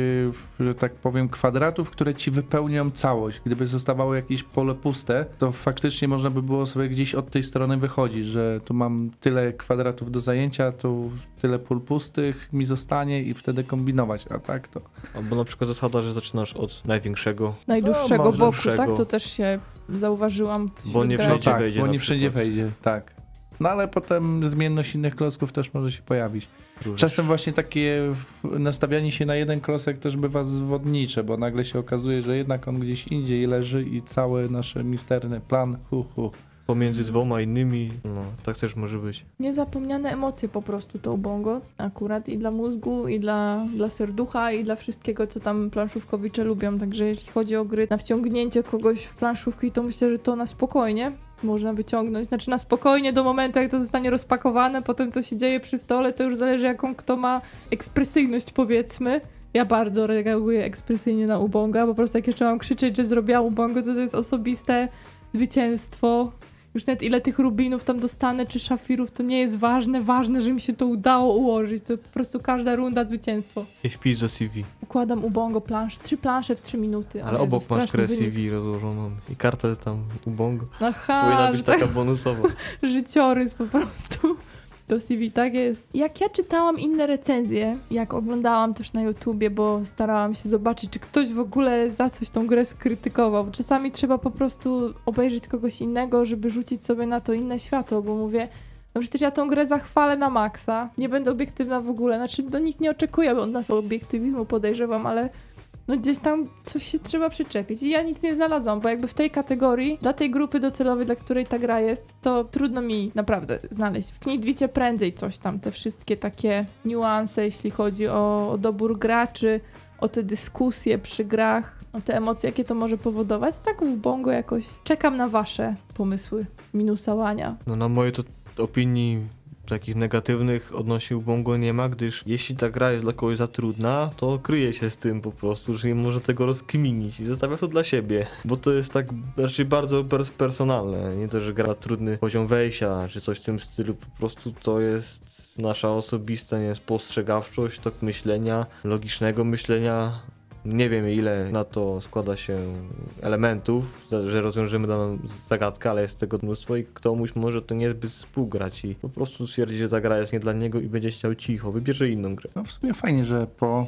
że tak powiem, kwadratów, które ci wypełnią całość. Gdyby zostawało jakieś pole puste, to faktycznie można by było sobie gdzieś od tej strony wychodzić, że tu mam tyle kwadratów do zajęcia, tu tyle pól pustych mi zostanie i wtedy kombinować, a tak to... Albo na przykład zasada, że zaczynasz od największego, Najdłuższego No, może boku, dłuższego. tak? To też się zauważyłam. Bo nie wśród wszędzie graczy. wejdzie bo na nie wszędzie przykład. wejdzie, tak. No ale potem zmienność innych klocków też może się pojawić. Róż. Czasem właśnie takie nastawianie się na jeden klocek też bywa zwodnicze, bo nagle się okazuje, że jednak on gdzieś indziej leży i cały nasz misterny plan, Pomiędzy dwoma innymi, no tak też może być. Niezapomniane emocje po prostu to Ubongo, akurat i dla mózgu, i dla serducha, i dla wszystkiego, co tam planszówkowicze lubią. Także jeśli chodzi o gry na wciągnięcie kogoś w planszówki, to myślę, że to na spokojnie można wyciągnąć. Znaczy na spokojnie do momentu, jak to zostanie rozpakowane, potem co się dzieje przy stole, to już zależy, jaką kto ma ekspresyjność, powiedzmy. Ja bardzo reaguję ekspresyjnie na Ubonga, po prostu jak jeszcze mam krzyczeć, że zrobiła Ubongo, to jest osobiste zwycięstwo. Już nawet ile tych rubinów tam dostanę, czy szafirów, to nie jest ważne. Ważne, że mi się to udało ułożyć. To po prostu każda runda zwycięstwo. I wpis do CV. Układam Ubongo plansz, 3 plansze w 3 minuty. Ale Jezu, obok masz straszny grę wynik. CV rozłożoną i kartę tam Ubongo. Aha, Powinna że być tak, taka bonusowa. życiorys po prostu. Do CV, tak jest. Jak ja czytałam inne recenzje, jak oglądałam też na YouTubie, bo starałam się zobaczyć, czy ktoś w ogóle za coś tą grę skrytykował. Czasami trzeba po prostu obejrzeć kogoś innego, żeby rzucić sobie na to inne światło, bo mówię, no przecież ja tą grę zachwalę na maksa, nie będę obiektywna w ogóle, znaczy no nikt nie oczekuje od nas obiektywizmu, podejrzewam, ale no gdzieś tam coś się trzeba przyczepić i ja nic nie znalazłam, bo jakby w tej kategorii, dla tej grupy docelowej, dla której ta gra jest, to trudno mi naprawdę znaleźć. W Knitwicie prędzej coś tam, te wszystkie takie niuanse, jeśli chodzi o dobór graczy, o te dyskusje przy grach, o te emocje, jakie to może powodować. Tak w Ubongo jakoś czekam na wasze pomysły minusowania. No na mojej to opinii takich negatywnych odnośnie Ubongo nie ma, gdyż jeśli ta gra jest dla kogoś za trudna, to kryje się z tym po prostu, że nie może tego rozkminić i zostawia to dla siebie, bo to jest tak raczej bardzo personalne, nie to, że gra trudny poziom wejścia, czy coś w tym stylu, po prostu to jest nasza osobista, nie, spostrzegawczość, tok myślenia, logicznego myślenia. Nie wiem, ile na to składa się elementów, że rozwiążemy daną zagadkę, ale jest tego mnóstwo i ktomuś może to niezbyt współgrać i po prostu stwierdzi, że ta gra jest nie dla niego i będzie chciał cicho, wybierze inną grę. No w sumie fajnie, że po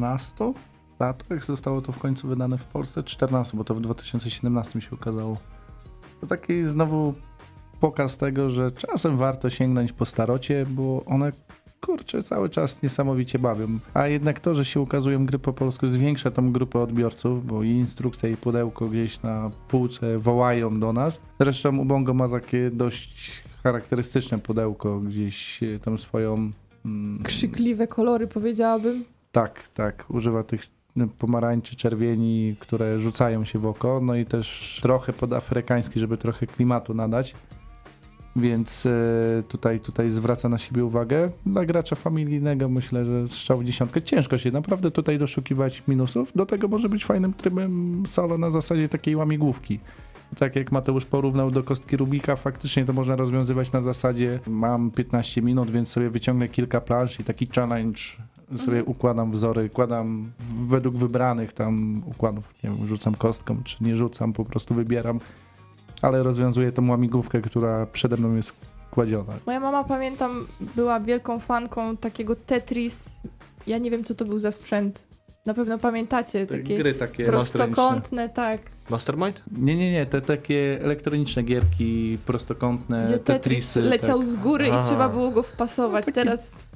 15 latach zostało to w końcu wydane w Polsce, 14, bo to w 2017 się ukazało. To taki znowu pokaz tego, że czasem warto sięgnąć po starocie, bo one kurczę, cały czas niesamowicie bawią. A jednak to, że się ukazują gry po polsku, zwiększa tą grupę odbiorców, bo i instrukcja, i pudełko gdzieś na półce wołają do nas. Zresztą Ubongo ma takie dość charakterystyczne pudełko, gdzieś tam swoją... Krzykliwe kolory, powiedziałabym. Tak, używa tych pomarańczy, czerwieni, które rzucają się w oko, no i też trochę podafrykański, żeby trochę klimatu nadać. Więc tutaj zwraca na siebie uwagę. Dla gracza familijnego myślę, że strzał w dziesiątkę. Ciężko się naprawdę tutaj doszukiwać minusów. Do tego może być fajnym trybem solo na zasadzie takiej łamigłówki. Tak jak Mateusz porównał do kostki Rubika, faktycznie to można rozwiązywać na zasadzie mam 15 minut, więc sobie wyciągnę kilka plansz i taki challenge sobie układam wzory, układam według wybranych tam układów. Nie wiem, rzucam kostką, czy nie rzucam, po prostu wybieram. Ale rozwiązuje tą łamigłówkę, która przede mną jest kładziona. Moja mama, pamiętam, była wielką fanką takiego Tetris. Ja nie wiem, co to był za sprzęt. Na pewno pamiętacie, takie Gry takie prostokątne, tak. Mastermind? Nie, te takie elektroniczne gierki prostokątne, Gdzie Tetris Tetrisy. leciał tak. z góry Aha. i trzeba było go wpasować. No, taki Teraz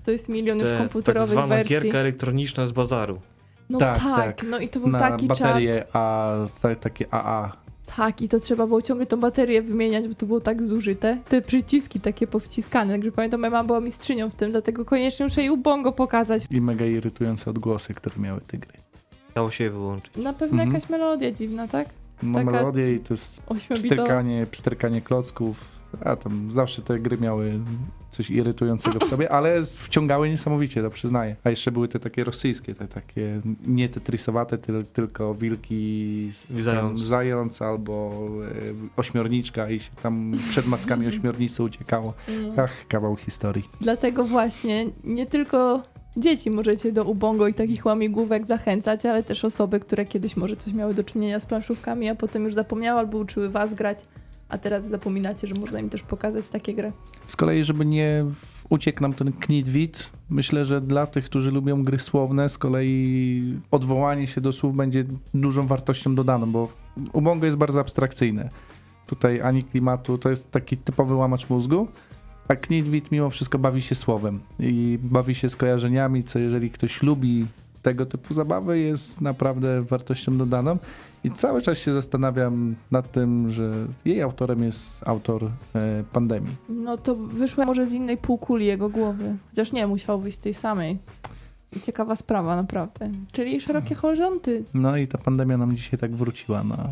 to jest milion już Tak komputerowych zwana wersji. gierka elektroniczna z bazaru. No Tak, tak, tak. no i to był Na taki baterię, czat. takie AA. Tak, i to trzeba było ciągle tą baterię wymieniać, bo to było tak zużyte. Te przyciski takie powciskane, także pamiętam, moja mama była mistrzynią w tym, dlatego koniecznie muszę jej Ubongo pokazać. I mega irytujące odgłosy, które miały te gry. Dało się je wyłączyć. Na pewno Mhm. jakaś melodia dziwna, tak? No Taka melodię i to jest 8-bitowa. psterkanie klocków. A tam zawsze te gry miały coś irytującego w sobie, ale wciągały niesamowicie, to przyznaję. A jeszcze były te takie rosyjskie, te takie nie tetrisowate, tylko wilki, zając albo ośmiorniczka i się tam przed mackami ośmiornicy uciekało. Ach, kawał historii. Dlatego właśnie nie tylko dzieci możecie do Ubongo i takich łamigłówek zachęcać, ale też osoby, które kiedyś może coś miały do czynienia z planszówkami, a potem już zapomniały albo uczyły was grać, a teraz zapominacie, że można im też pokazać takie gry. Z kolei, żeby nie uciekł nam ten knitwit, myślę, że dla tych, którzy lubią gry słowne, z kolei odwołanie się do słów będzie dużą wartością dodaną, bo Ubongo jest bardzo abstrakcyjne. Tutaj ani klimatu, to jest taki typowy łamacz mózgu, a knitwit mimo wszystko bawi się słowem i bawi się skojarzeniami, co jeżeli ktoś lubi tego typu zabawy, jest naprawdę wartością dodaną. I cały czas się zastanawiam nad tym, że jej autorem jest autor Pandemii. No to wyszło może z innej półkuli jego głowy, chociaż nie, musiał wyjść z tej samej. Ciekawa sprawa, naprawdę. Czyli szerokie horyzonty. No i ta pandemia nam dzisiaj tak wróciła na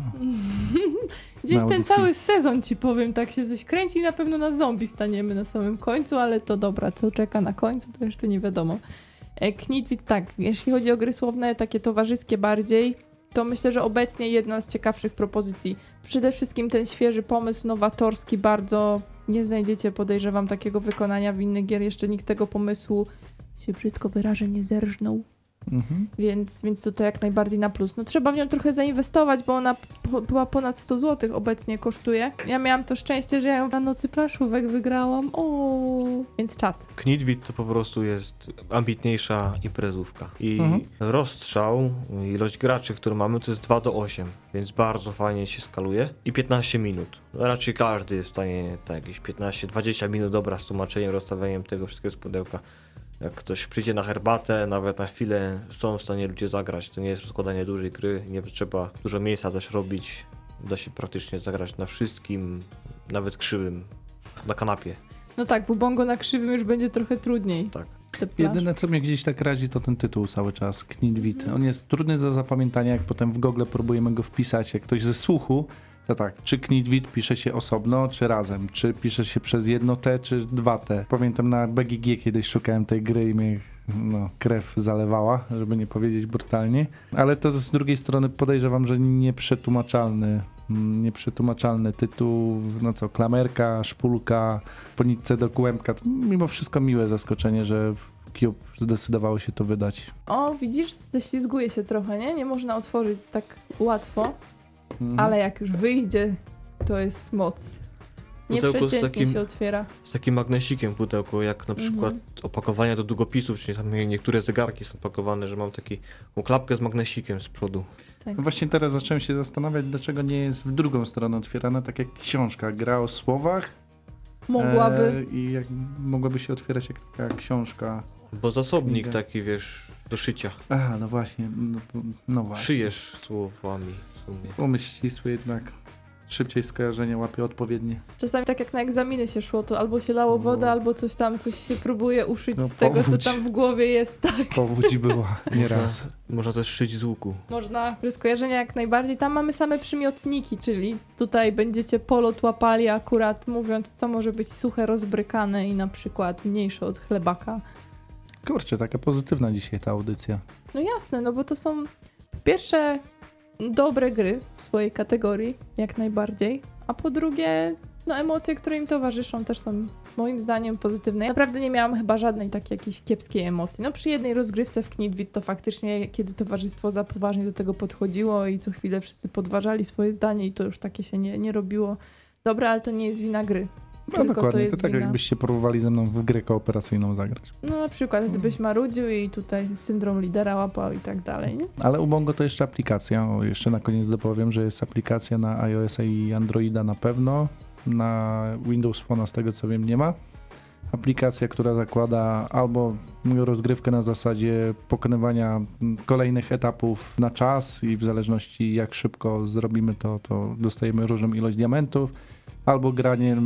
Gdzieś ten audycji. cały sezon, ci powiem, tak się coś kręci i na pewno na zombie staniemy na samym końcu, ale to dobra, co czeka na końcu, to jeszcze nie wiadomo. Knitwit, tak, jeśli chodzi o gry słowne, takie towarzyskie bardziej, to myślę, że obecnie jedna z ciekawszych propozycji. Przede wszystkim ten świeży pomysł, nowatorski, bardzo nie znajdziecie, podejrzewam, takiego wykonania w innych gier. Jeszcze nikt tego pomysłu, się brzydko wyrażę, nie zerżnął. Więc tutaj jak najbardziej na plus. No trzeba w nią trochę zainwestować, bo ona była ponad 100 zł obecnie kosztuje. Ja miałam to szczęście, że ja ją na nocy planszówek wygrałam. Więc czat. Knitwit to po prostu jest ambitniejsza imprezówka. I rozstrzał, ilość graczy, którą mamy, to jest 2:8, więc bardzo fajnie się skaluje. I 15 minut. Raczej każdy jest w stanie tak jakieś 15-20 minut dobra z tłumaczeniem, rozstawieniem tego wszystkiego z pudełka. Jak ktoś przyjdzie na herbatę, nawet na chwilę są w stanie ludzie zagrać. To nie jest rozkładanie dużej gry, nie trzeba dużo miejsca też robić. Da się praktycznie zagrać na wszystkim, nawet krzywym, na kanapie. No tak, w Ubongo na krzywym już będzie trochę trudniej. Tak. Jedyne, co mnie gdzieś tak razi, to ten tytuł cały czas, Knitwit. On jest trudny do zapamiętania, jak potem w Google próbujemy go wpisać. Jak ktoś ze słuchu, to tak, czy Knitwit pisze się osobno, czy razem? Czy pisze się przez jedno T, czy dwa T? Pamiętam na BGG kiedyś szukałem tej gry i mnie krew zalewała, żeby nie powiedzieć brutalnie. Ale to z drugiej strony podejrzewam, że nieprzetłumaczalny tytuł, no co, klamerka, szpulka, po nitce do kłębka. To mimo wszystko miłe zaskoczenie, że Cube zdecydowało się to wydać. O, widzisz, ześlizguje się trochę, nie? Nie można otworzyć tak łatwo, ale jak już wyjdzie, to jest moc. Nieprzeciętnie się otwiera. Z takim magnesikiem pudełko, jak na przykład opakowania do długopisów, czyli tam niektóre zegarki są pakowane, że mam taką klapkę z magnesikiem z przodu. Tak. No właśnie teraz zacząłem się zastanawiać, dlaczego nie jest w drugą stronę otwierana, tak jak książka. Gra o słowach. Mogłaby. I mogłaby się otwierać jak taka książka. Bo zasobnik Kniga. taki, wiesz, do szycia. Aha, no właśnie. No właśnie. Szyjesz słowami w sumie. Umysł ścisły jednak szybciej skojarzenie łapie odpowiednie. Czasami tak jak na egzaminy się szło, to albo się lało wodę, albo coś się próbuje uszyć No, z tego, co powódź. tam w głowie jest. Tak. Powódź była nieraz. Można też szyć z łuku. Można, że skojarzenia jak najbardziej. Tam mamy same przymiotniki, czyli tutaj będziecie polot łapali akurat mówiąc, co może być suche, rozbrykane i na przykład mniejsze od chlebaka. Kurczę, taka pozytywna dzisiaj ta audycja. No jasne, no bo to są po pierwsze dobre gry w swojej kategorii, jak najbardziej, a po drugie, no emocje, które im towarzyszą też są moim zdaniem pozytywne. Naprawdę nie miałam chyba żadnej takiej jakiejś kiepskiej emocji. No przy jednej rozgrywce w Knitwit to faktycznie, kiedy towarzystwo za poważnie do tego podchodziło i co chwilę wszyscy podważali swoje zdanie i to już takie się nie robiło. Dobra, ale to nie jest wina gry. No Tylko dokładnie, to jest tak wina. jakbyście próbowali ze mną w grę kooperacyjną zagrać. No na przykład, gdybyś marudził i tutaj syndrom lidera łapał i tak dalej, nie? Ale Ubongo to jeszcze aplikacja. O, jeszcze na koniec dopowiem, że jest aplikacja na iOS-a i Androida na pewno. Na Windows Phone z tego co wiem nie ma. aplikacja, która zakłada albo rozgrywkę na zasadzie pokonywania kolejnych etapów na czas i w zależności jak szybko zrobimy to dostajemy różną ilość diamentów, albo granie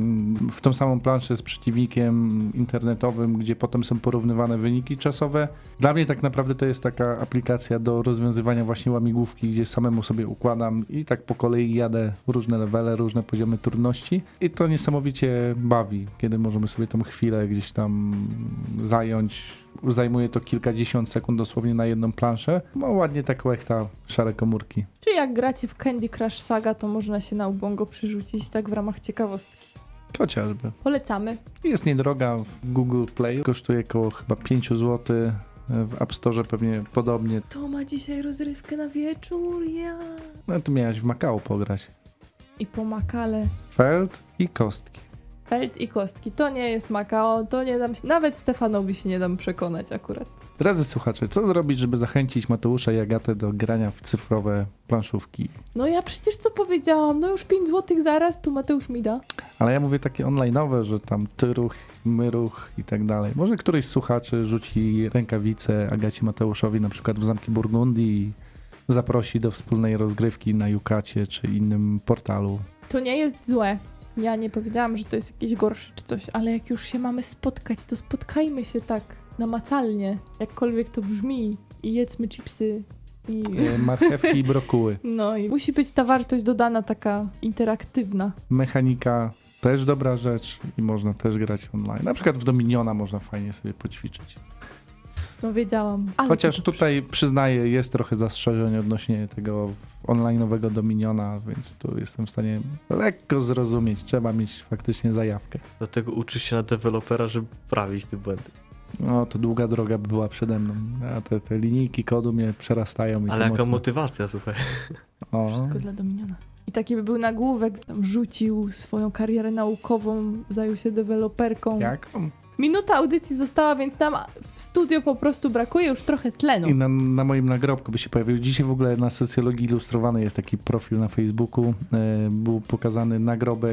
w tą samą planszę z przeciwnikiem internetowym, gdzie potem są porównywane wyniki czasowe. Dla mnie tak naprawdę to jest taka aplikacja do rozwiązywania właśnie łamigłówki, gdzie samemu sobie układam i tak po kolei jadę różne levele, różne poziomy trudności i to niesamowicie bawi, kiedy możemy sobie tą chwilę gdzieś tam zająć. Zajmuje to kilkadziesiąt sekund dosłownie na jedną planszę. No ładnie tak łechta szare komórki. Czy jak gracie w Candy Crush Saga, to można się na Ubongo przerzucić tak w ramach ciekawostki. Chociażby. Polecamy. Jest niedroga w Google Play, kosztuje około chyba 5 zł, w App Store pewnie podobnie. To ma dzisiaj rozrywkę na wieczór, ja. No to miałaś w Macao pograć. I po Makale. Feld i kostki. Feld i kostki. To nie jest Makao, to nie dam się, nawet Stefanowi się nie dam przekonać akurat. Drodzy słuchacze, co zrobić, żeby zachęcić Mateusza i Agatę do grania w cyfrowe planszówki? No ja przecież co powiedziałam, no już 5 zł zaraz, tu Mateusz mi da. Ale ja mówię takie online'owe, że tam tyruch, myruch i tak dalej. Może któryś z słuchaczy rzuci rękawice Agacie Mateuszowi na przykład w Zamki Burgundii i zaprosi do wspólnej rozgrywki na Yukacie czy innym portalu. To nie jest złe. Ja nie powiedziałam, że to jest jakieś gorsze czy coś, ale jak już się mamy spotkać, to spotkajmy się tak namacalnie, jakkolwiek to brzmi i jedzmy chipsy i... Marchewki i brokuły. No i musi być ta wartość dodana taka interaktywna. Mechanika też dobra rzecz i można też grać online. Na przykład w Dominiona można fajnie sobie poćwiczyć. No wiedziałam. Ale Chociaż to tutaj przyznaję, jest trochę zastrzeżeń odnośnie tego online'owego Dominiona, więc tu jestem w stanie lekko zrozumieć. Trzeba mieć faktycznie zajawkę. Dlatego uczysz się na dewelopera, żeby poprawić te błędy. No to długa droga by była przede mną. A te linijki kodu mnie przerastają. I Ale to jaka mocno. motywacja, słuchaj. O. Wszystko dla Dominiona. I taki by był nagłówek, tam rzucił swoją karierę naukową, zajął się deweloperką. Jak? Minuta audycji została, więc nam w studio po prostu brakuje już trochę tlenu. I na moim nagrobku by się pojawił. Dzisiaj w ogóle na Socjologii Ilustrowanej jest taki profil na Facebooku. Był pokazany nagrobek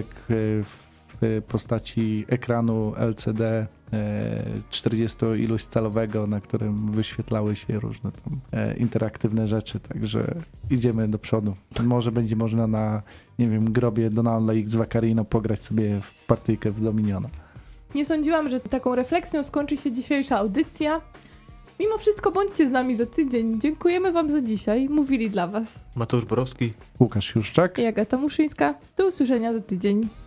w postaci ekranu LCD 40-iluś calowego, na którym wyświetlały się różne tam interaktywne rzeczy, także idziemy do przodu. Może będzie można na, nie wiem, grobie Donalda X Vaccarino pograć sobie w partyjkę w Dominiona. Nie sądziłam, że taką refleksją skończy się dzisiejsza audycja. Mimo wszystko bądźcie z nami za tydzień. Dziękujemy wam za dzisiaj. Mówili dla was Mateusz Borowski. Łukasz Juszczak. i Agata Muszyńska. Do usłyszenia za tydzień.